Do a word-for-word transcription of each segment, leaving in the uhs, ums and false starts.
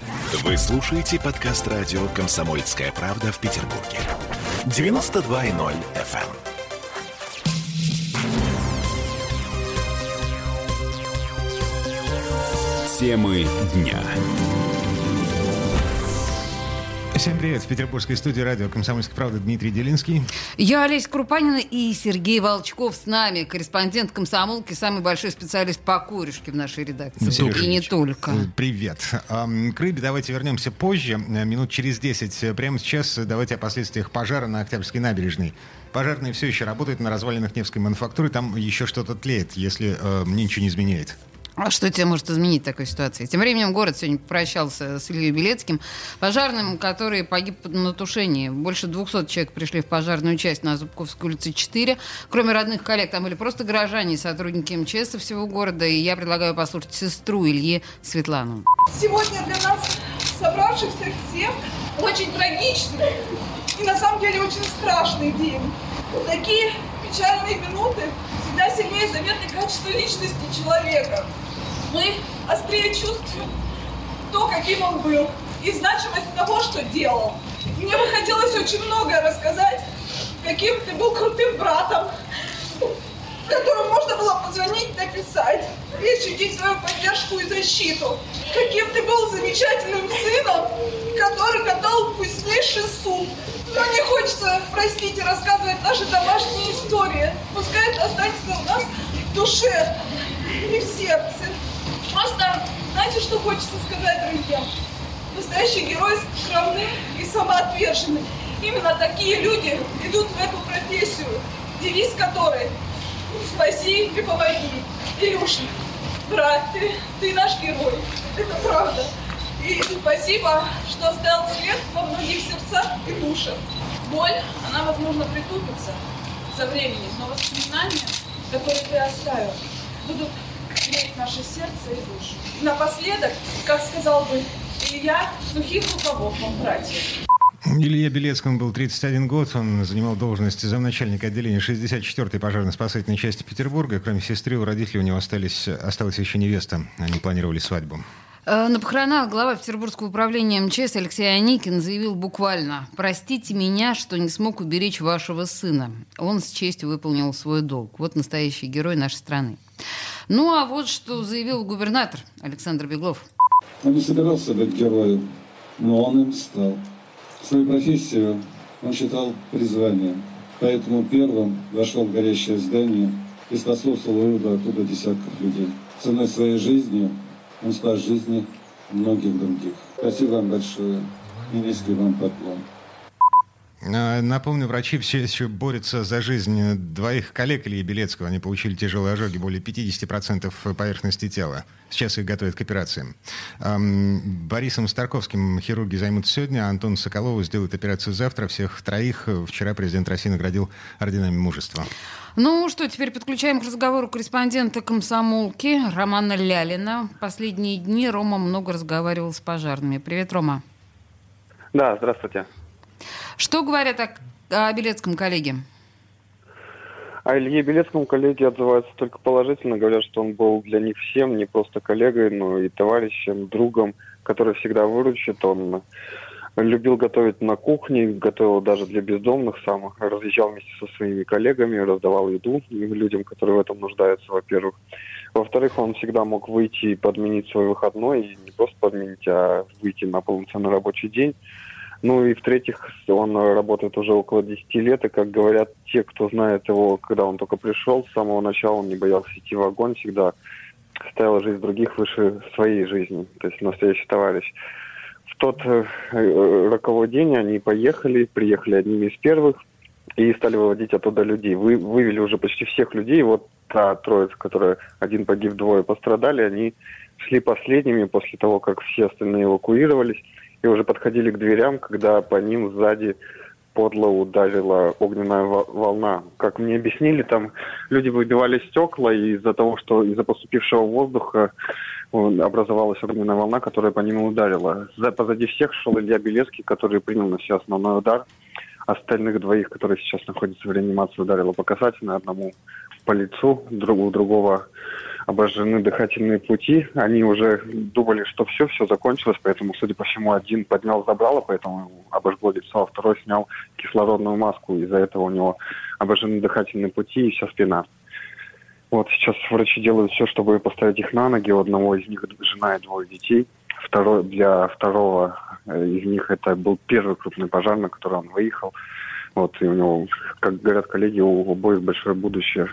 Вы слушаете подкаст радио «Комсомольская правда» в Петербурге. девяносто два и ноль эф эм. Темы дня. Всем привет. В петербургской студии радио «Комсомольская правда» Дмитрий Делинский. Я Олеся Крупанина и Сергей Волчков с нами, корреспондент «Комсомолки», самый большой специалист по курюшке в нашей редакции. Ну, и не только. Привет. К рыбе давайте вернемся позже, минут через десять. Прямо сейчас давайте о последствиях пожара на Октябрьской набережной. Пожарные все еще работают на развалинах Невской мануфактуры. Там еще что-то тлеет, если э, мне ничего не изменяет. А что тебя может изменить в такой ситуации? Тем временем город сегодня попрощался с Ильей Белецким, пожарным, который погиб на тушении. Больше двухсот человек пришли в пожарную часть на Зубковской улице четыре. Кроме родных коллег, там были просто горожане и сотрудники эм че эс всего города. И я предлагаю послушать сестру Ильи, Светлану. Сегодня для нас, собравшихся всех, очень трагичный и на самом деле очень страшный день. В такие печальные минуты всегда сильнее заметны качества личности человека. Мы острее чувствуем то, каким он был, и значимость того, что делал. Мне бы хотелось очень многое рассказать, каким ты был крутым братом, которому можно было позвонить, написать, и ощутить свою поддержку и защиту. Каким ты был замечательным сыном, который готовил вкуснейший суп. Но не хочется, простите, рассказывать наши домашние истории. Пускай это останется у нас в душе и в сердце. Просто, знаете, что хочется сказать, друзья? Настоящие герои скромны и самоотвержены. Именно такие люди идут в эту профессию, девиз которой «Спаси и помоги». Илюша, брат, ты, ты наш герой. Это правда. И спасибо, что оставил след во многих сердцах и душах. Боль, она, возможно, притупится со временем, но воспоминания, которые ты оставил, будут греть наше сердце и душу. И напоследок, как сказал бы Илья, сухих рукавов вам, братья. Илье Белецкому был тридцать один год. Он занимал должность замначальника отделения шестьдесят четвёртой пожарно-спасательной части Петербурга. Кроме сестры, у родителей у него остались, осталась еще невеста. Они планировали свадьбу. На похоронах глава Петербургского управления эм че эс Алексей Аникин заявил буквально: «Простите меня, что не смог уберечь вашего сына. Он с честью выполнил свой долг». Вот настоящий герой нашей страны. Ну а вот что заявил губернатор Александр Беглов. Он не собирался быть героем, но он им стал. Свою профессию он считал призванием. Поэтому первым вошел в горящее здание и способствовал выводу оттуда десятков людей. Ценой своей жизни он спас жизни многих других. Спасибо вам большое и низкий вам поклон. Напомню, врачи все еще борются за жизнь двоих коллег Ильи Белецкого. Они получили тяжелые ожоги, более пятьдесят процентов поверхности тела. Сейчас их готовят к операциям. Борисом Старковским хирурги займутся сегодня, а Антону Соколову сделают операцию завтра. Всех троих вчера президент России наградил орденами мужества. Ну что, теперь подключаем к разговору корреспондента «Комсомолки» Романа Лялина. Последние дни Рома много разговаривал с пожарными. Привет, Рома. Да, здравствуйте. Что говорят о, о Белецком коллеге? О Илье Белецком коллеги отзываются только положительно. Говорят, что он был для них всем, не просто коллегой, но и товарищем, другом, который всегда выручит. Он любил готовить на кухне, готовил даже для бездомных сам. Разъезжал вместе со своими коллегами, раздавал еду людям, которые в этом нуждаются, во-первых. Во-вторых, он всегда мог выйти и подменить свой выходной, и не просто подменить, а выйти на полноценный рабочий день. Ну и в-третьих, он работает уже около десяти лет, и, как говорят те, кто знает его, когда он только пришел, с самого начала он не боялся идти в огонь, всегда ставил жизнь других выше своей жизни, то есть настоящий товарищ. В тот э, роковой день они поехали, приехали одними из первых и стали выводить оттуда людей. Вы, вывели уже почти всех людей, вот та троица, которая один погиб, двое пострадали, они шли последними после того, как все остальные эвакуировались. И уже подходили к дверям, когда по ним сзади подло ударила огненная волна. Как мне объяснили, там люди выбивали стекла, и из-за того, что из-за поступившего воздуха образовалась огненная волна, которая по ним ударила. Позади всех шел Илья Белецкий, который принял на себя основной удар. Остальных двоих, которые сейчас находятся в реанимации, ударило по касательной, одному по лицу, другу, другого обожжены дыхательные пути. Они уже думали, что все, все закончилось, поэтому, судя по всему, один поднял забрало, поэтому обожгло лицо, а второй снял кислородную маску. Из-за этого у него обожжены дыхательные пути и вся спина. Вот сейчас врачи делают все, чтобы поставить их на ноги. У одного из них жена и двое детей. Второй, для второго из них это был первый крупный пожар, на который он выехал. Вот, и у него, как говорят коллеги, у обоих большое будущее.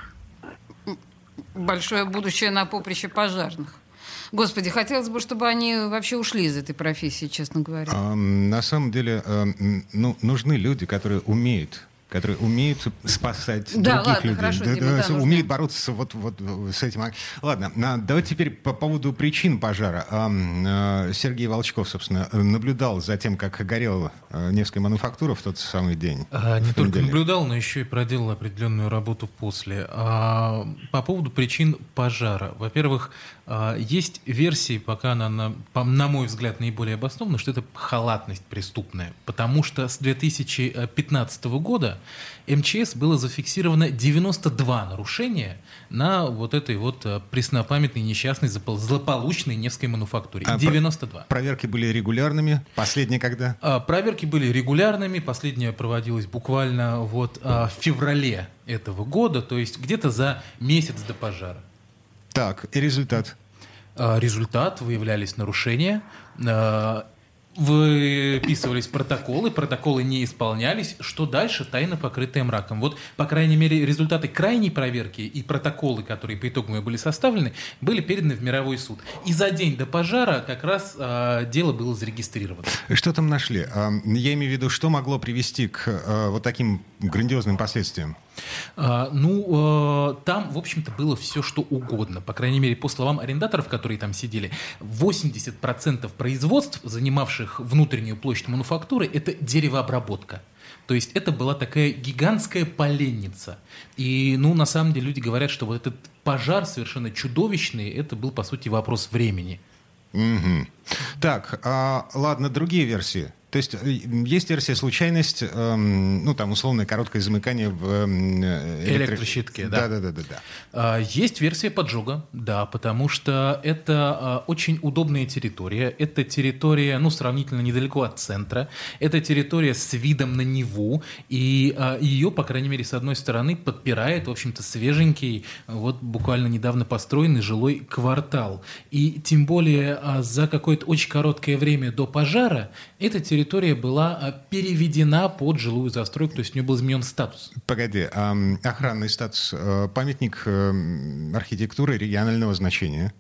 Большое будущее на поприще пожарных. Господи, хотелось бы, чтобы они вообще ушли из этой профессии, честно говоря. А, на самом деле, ну, нужны люди, которые умеют которые умеют спасать да, других ладно, людей. Хорошо, да, Дима, да, да, умеют бороться вот, вот с этим. Ладно, давайте теперь по поводу причин пожара. Сергей Волчков, собственно, наблюдал за тем, как горела Невская мануфактура в тот самый день. А, не только наблюдал, но еще и проделал определенную работу после. А, по поводу причин пожара. Во-первых, есть версии, пока она, на, на мой взгляд, наиболее обоснована, что это халатность преступная. Потому что с две тысячи пятнадцатого года эм че эс было зафиксировано девяносто два нарушения на вот этой вот преснопамятной, несчастной, злополучной Невской мануфактуре. А девяносто два. Проверки были регулярными? Последняя когда? А, проверки были регулярными. Последняя проводилась буквально вот а, в феврале этого года, то есть где-то за месяц до пожара. Так, и результат? А, результат, выявлялись нарушения, а, выписывались протоколы, протоколы не исполнялись, что дальше тайна, покрытая мраком. Вот, по крайней мере, результаты крайней проверки и протоколы, которые по итогам были составлены, были переданы в мировой суд. И за день до пожара как раз а, дело было зарегистрировано. Что там нашли? Я имею в виду, что могло привести к а, вот таким грандиозным последствиям? А, ну, а, там, в общем-то, было все, что угодно. По крайней мере, по словам арендаторов, которые там сидели, восемьдесят процентов производств, занимавших внутреннюю площадь мануфактуры, это деревообработка. То есть это была такая гигантская поленница. И, ну, на самом деле, люди говорят, что вот этот пожар совершенно чудовищный, это был, по сути, вопрос времени. Угу. Так, а, ладно, другие версии. То есть есть версия случайность, эм, ну там условное короткое замыкание в э, электро... электрощитке, да. Да, да, да, да. А, есть версия поджога, да, потому что это а, очень удобная территория. Это территория, ну, сравнительно недалеко от центра. Это территория с видом на Неву, и а, ее, по крайней мере, с одной стороны подпирает, в общем-то, свеженький, вот буквально недавно построенный жилой квартал. И тем более а, за какое-то очень короткое время до пожара эта территория территория была переведена под жилую застройку, то есть у нее был изменен статус. Погоди, а охранный статус, памятник архитектуры регионального значения?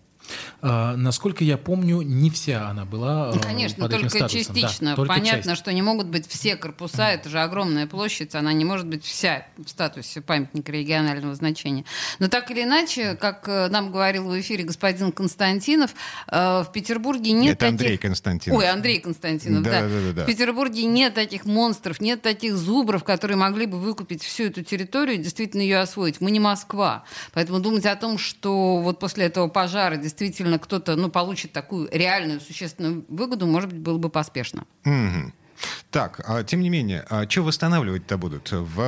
А, насколько я помню, не вся она была ну, конечно, под только этим статусом. частично. Да, только Понятно, часть. Что не могут быть все корпуса, это же огромная площадь, она не может быть вся в статусе памятника регионального значения. Но так или иначе, как нам говорил в эфире господин Константинов, в Петербурге нет это таких... Андрей Константинов. Ой, Андрей Константинов, да. Да, да, да, да. В Петербурге нет таких монстров, нет таких зубров, которые могли бы выкупить всю эту территорию и действительно ее освоить. Мы не Москва. Поэтому думать о том, что вот после этого пожара действительно кто-то ну, получит такую реальную существенную выгоду, может быть, было бы поспешно. Mm-hmm. Так, а, тем не менее, а, что восстанавливать-то будут? В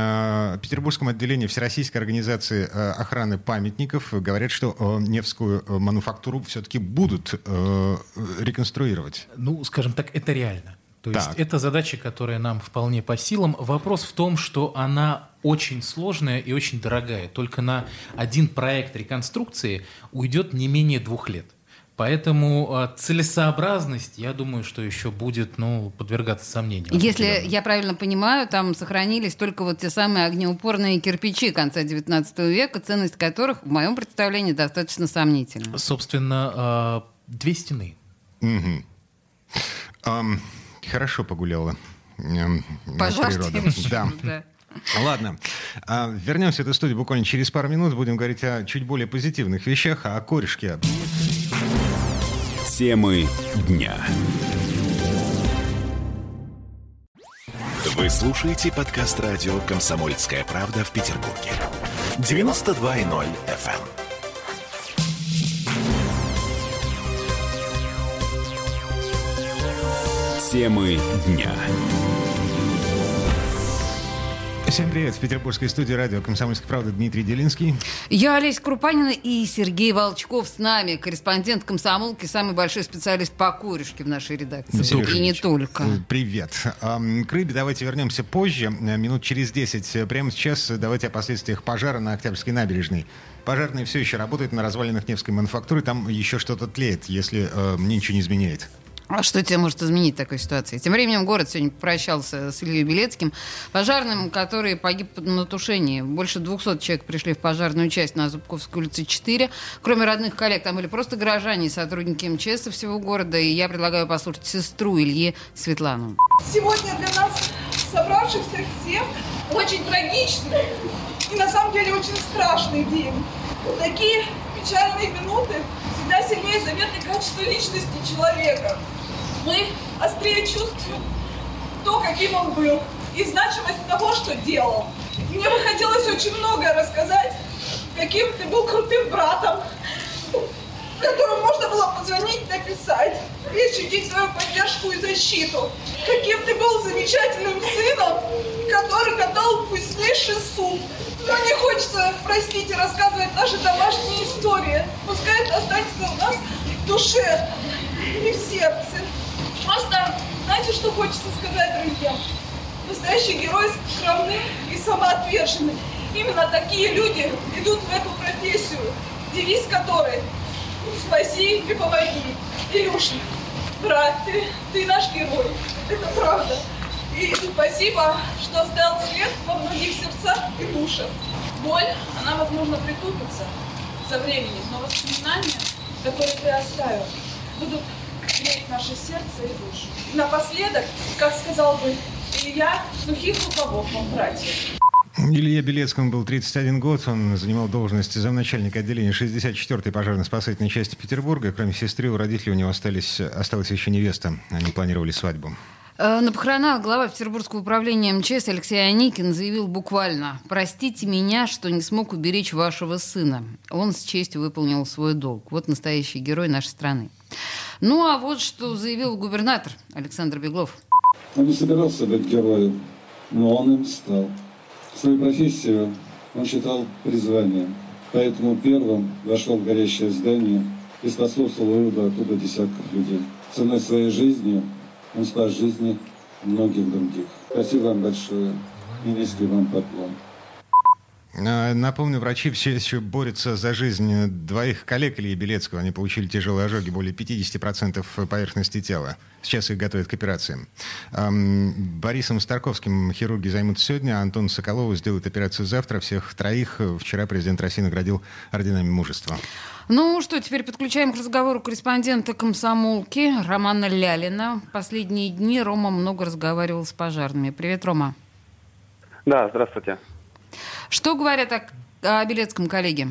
а, Петербургском отделении Всероссийской организации а, охраны памятников говорят, что а, Невскую а, мануфактуру все-таки будут а, реконструировать. Ну, скажем так, это реально. То есть так. это задача, которая нам вполне по силам. Вопрос в том, что она очень сложная и очень дорогая. Только на один проект реконструкции уйдет не менее двух лет. Поэтому целесообразность, я думаю, что еще будет ну, подвергаться сомнению. Если я правильно понимаю, там сохранились только вот те самые огнеупорные кирпичи конца девятнадцатого века, ценность которых, в моем представлении, достаточно сомнительна. Собственно, две стены. Угу. Um, хорошо погуляла. Пожалуйста. Да. да. Ладно, вернемся в эту студию буквально через пару минут. Будем говорить о чуть более позитивных вещах, о корешке. Темы дня. Вы слушаете подкаст радио «Комсомольская правда» в Петербурге. девяносто два и ноль эф эм. Темы дня. Всем привет. В петербургской студии радио «Комсомольская правда» Дмитрий Делинский. Я Олеся Крупанина и Сергей Волчков с нами, корреспондент «Комсомолки», самый большой специалист по курюшке в нашей редакции. Сереж, и не только. Привет. К рыбе давайте вернемся позже, минут через десять. Прямо сейчас давайте о последствиях пожара на Октябрьской набережной. Пожарные все еще работают на развалинах Невской мануфактуры. Там еще что-то тлеет, если э, ничего не изменяет. А что тебя может изменить в такой ситуации? Тем временем город сегодня попрощался с Ильей Белецким, пожарным, который погиб на тушении. Больше двухсот человек пришли в пожарную часть на Зубковской улице четыре. Кроме родных коллег, там были просто горожане и сотрудники эм че эс со всего города. И я предлагаю послушать сестру Ильи, Светлану. Сегодня для нас, собравшихся всех, очень трагичный и на самом деле очень страшный день. Такие печальные минуты всегда сильнее заметны качество личности человека. Мы острее чувствуем то, каким он был, и значимость того, что делал. Мне бы хотелось очень многое рассказать, каким ты был крутым братом, которому можно было позвонить, написать, и ощутить свою поддержку и защиту. Каким ты был замечательным сыном, который готовил вкуснейший суп. Но не хочется, простите, рассказывать наши домашние истории. Пускай это останется у нас в душе и в сердце. Просто, знаете, что хочется сказать, друзья? Настоящие герои скромны и самоотвержены. Именно такие люди идут в эту профессию, девиз которой «Спаси и помоги». Илюша, брат, ты, ты наш герой. Это правда. И спасибо, что оставил след во многих сердцах и душах. Боль, она, возможно, притупится со временем, но воспоминания, которые ты оставил, будут греть наше сердце и душу. И напоследок, как сказал бы Илья, сухих рукавов вам, братья. Илье Белецкому был тридцать один год. Он занимал должность замначальника отделения шестьдесят четвёртой пожарно-спасательной части Петербурга. Кроме сестры, у родителей у него остались, осталась еще невеста. Они планировали свадьбу. На похоронах глава Петербургского управления эм че эс Алексей Аникин заявил буквально: «Простите меня, что не смог уберечь вашего сына. Он с честью выполнил свой долг». Вот настоящий герой нашей страны. Ну а вот что заявил губернатор Александр Беглов. Он не собирался быть героем, но он им стал. Свою профессию он считал призванием. Поэтому первым вошел в горящее здание и способствовал выводу оттуда десятков людей. Ценой своей жизни он спас жизни многих других. Спасибо вам большое и низкий вам поклон. Напомню, врачи все еще борются за жизнь двоих коллег Ильи Белецкого. Они получили тяжелые ожоги, более пятьдесят процентов поверхности тела. Сейчас их готовят к операциям. Борисом Старковским хирурги займутся сегодня, а Антону Соколову сделают операцию завтра. Всех троих вчера президент России наградил орденами мужества. Ну что, теперь подключаем к разговору корреспондента «Комсомолки» Романа Лялина. Последние дни Рома много разговаривал с пожарными. Привет, Рома. Да, здравствуйте. Что говорят о, о Белецком коллеге?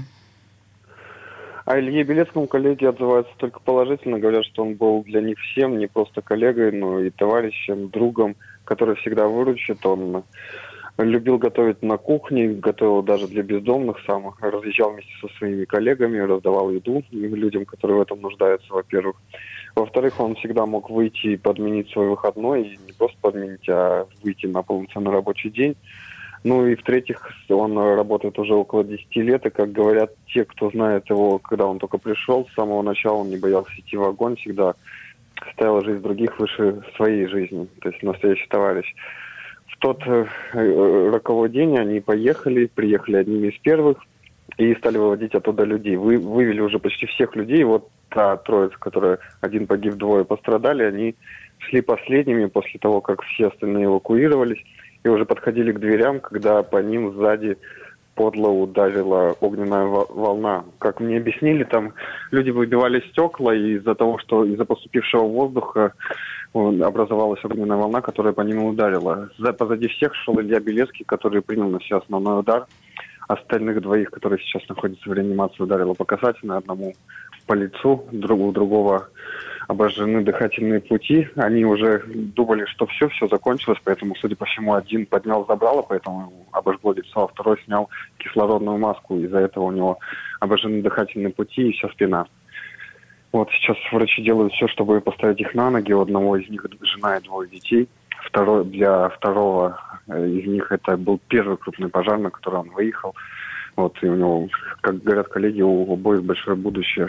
О Илье Белецком коллеги отзываются только положительно. Говорят, что он был для них всем, не просто коллегой, но и товарищем, другом, который всегда выручит. Он любил готовить на кухне, готовил даже для бездомных сам. Разъезжал вместе со своими коллегами, раздавал еду людям, которые в этом нуждаются, во-первых. Во-вторых, он всегда мог выйти и подменить свой выходной. И не просто подменить, а выйти на полноценный рабочий день. Ну и в-третьих, он работает уже около десяти лет, и, как говорят те, кто знает его, когда он только пришел, с самого начала он не боялся идти в огонь, всегда ставил жизнь других выше своей жизни, то есть настоящий товарищ. В тот э, роковой день они поехали, приехали одними из первых и стали выводить оттуда людей. Вы, вывели уже почти всех людей, вот та троица, которая один погиб, двое пострадали, они шли последними после того, как все остальные эвакуировались. И уже подходили к дверям, когда по ним сзади подло ударила огненная волна. Как мне объяснили, там люди выбивали стекла, и из-за того, что из-за поступившего воздуха образовалась огненная волна, которая по ним ударила. Позади всех шел Илья Белецкий, который принял на себя основной удар. Остальных двоих, которые сейчас находятся в реанимации, ударило по касательной, одному по лицу, другу, другого обожжены дыхательные пути. Они уже думали, что все, все закончилось, поэтому, судя по всему, один поднял забрало, поэтому обожгло лицо, а второй снял кислородную маску. Из-за этого у него обожжены дыхательные пути и вся спина. Вот сейчас врачи делают все, чтобы поставить их на ноги. У одного из них жена и двое детей. Второй, для второго из них это был первый крупный пожар, на который он выехал. Вот, и у него, как говорят коллеги, у обоих большое будущее.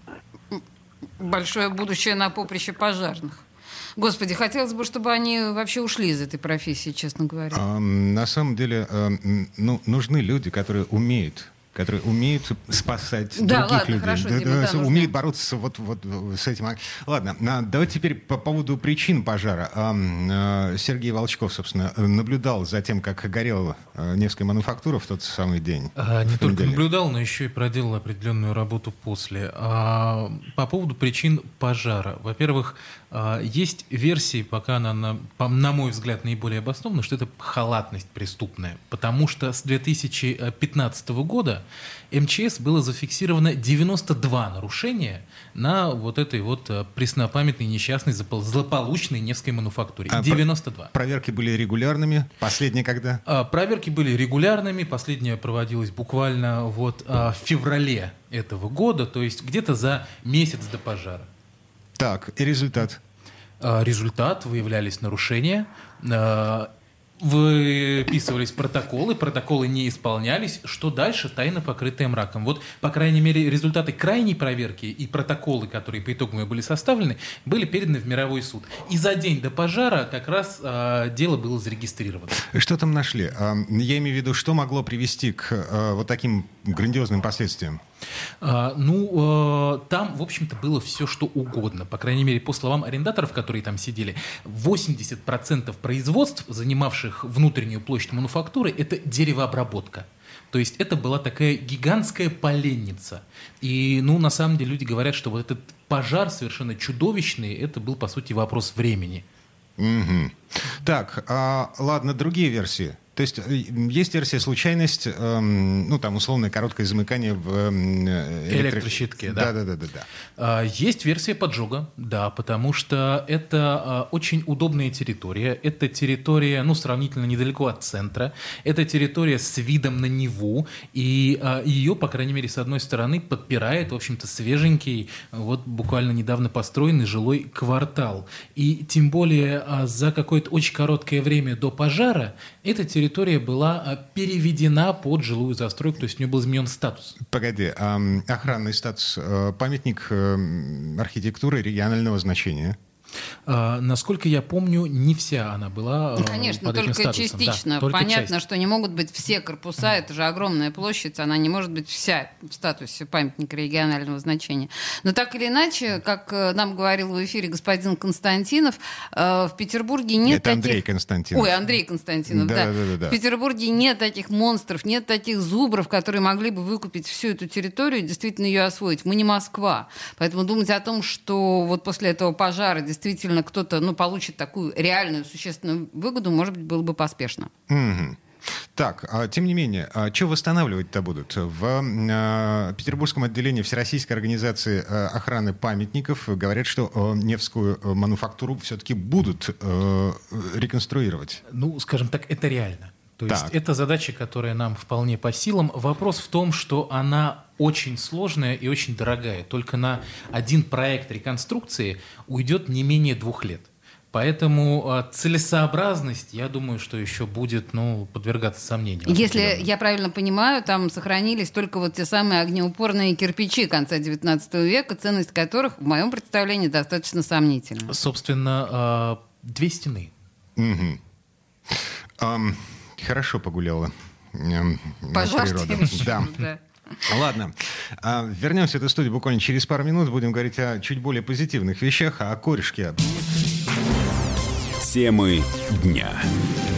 Большое будущее на поприще пожарных. Господи, хотелось бы, чтобы они вообще ушли из этой профессии, честно говоря. А, на самом деле, ну, нужны люди, которые умеют которые умеют спасать да, других ладно, людей. Хорошо, да, Дима, да, да, умеют бороться вот, вот с этим. Ладно, давайте теперь по поводу причин пожара. Сергей Волчков, собственно, наблюдал за тем, как горела Невская мануфактура в тот самый день. А, не только наблюдал, но еще и проделал определенную работу после. А, по поводу причин пожара. Во-первых, есть версии, пока она, на, на мой взгляд, наиболее обоснована, что это халатность преступная. Потому что с две тысячи пятнадцатого года эм че эс было зафиксировано девяносто два нарушения на вот этой вот преснопамятной, несчастной, злополучной Невской мануфактуре. девяносто два. А проверки были регулярными? Последние когда? А, проверки были регулярными. Последняя проводилась буквально вот а, в феврале этого года, то есть где-то за месяц до пожара. Так, и результат? А, результат, выявлялись нарушения. А, выписывались протоколы, протоколы не исполнялись. Что дальше? Тайна, покрытая мраком. Вот, по крайней мере, результаты крайней проверки и протоколы, которые по итогам были составлены, были переданы в мировой суд. И за день до пожара как раз а, дело было зарегистрировано. Что там нашли? А, я имею в виду, что могло привести к а, вот таким грандиозным последствиям? А, ну, а, там, в общем-то, было все, что угодно. По крайней мере, по словам арендаторов, которые там сидели, восемьдесят процентов производств, занимавших внутреннюю площадь мануфактуры, это деревообработка. То есть это была такая гигантская поленница. И, ну, на самом деле люди говорят, что вот этот пожар совершенно чудовищный, это был, по сути, вопрос времени. Угу. Так, а, ладно, другие версии. То есть есть версия случайность, эм, ну там условное короткое замыкание в э, электро... электрощитке, да? Да, да, да, да, да. А, есть версия поджога, да, потому что это а, очень удобная территория. Это территория, ну, сравнительно недалеко от центра. Это территория с видом на Неву, и а, ее, по крайней мере, с одной стороны подпирает, в общем-то, свеженький, вот буквально недавно построенный жилой квартал. И тем более а, за какое-то очень короткое время до пожара эта территория Территория была переведена под жилую застройку, то есть у нее был изменен статус. Погоди, а охранный статус, памятник архитектуры регионального значения? А, насколько я помню, не вся она была. Ну, конечно, под этим только статусом. частично. Да, только Понятно, часть. что не могут быть все корпуса, это же огромная площадь, она не может быть вся в статусе памятника регионального значения. Но так или иначе, как нам говорил в эфире господин Константинов, в Петербурге нет это таких... Андрей Константинов. Ой, Андрей Константинов, да. Да, да, да, да. В Петербурге нет таких монстров, нет таких зубров, которые могли бы выкупить всю эту территорию и действительно ее освоить. Мы не Москва. Поэтому думать о том, что вот после этого пожара действительно кто-то ну, получит такую реальную существенную выгоду, может быть, было бы поспешно. Угу. Так, а, тем не менее, а, что восстанавливать-то будут? В а, Петербургском отделении Всероссийской организации а, охраны памятников говорят, что а, Невскую а, мануфактуру все-таки будут а, реконструировать. Ну, скажем так, это реально. То есть так. это задача, которая нам вполне по силам. Вопрос в том, что она очень сложная и очень дорогая. Только на один проект реконструкции уйдет не менее двух лет. Поэтому целесообразность, я думаю, что еще будет ну, подвергаться сомнению. Если я правильно понимаю, там сохранились только вот те самые огнеупорные кирпичи конца девятнадцатого века, ценность которых, в моем представлении, достаточно сомнительна. Собственно, две стены. Угу. Um, хорошо погуляла. Пожар, да. да. Ладно, вернемся в эту студию буквально через пару минут. Будем говорить о чуть более позитивных вещах, о корешке. Темы дня.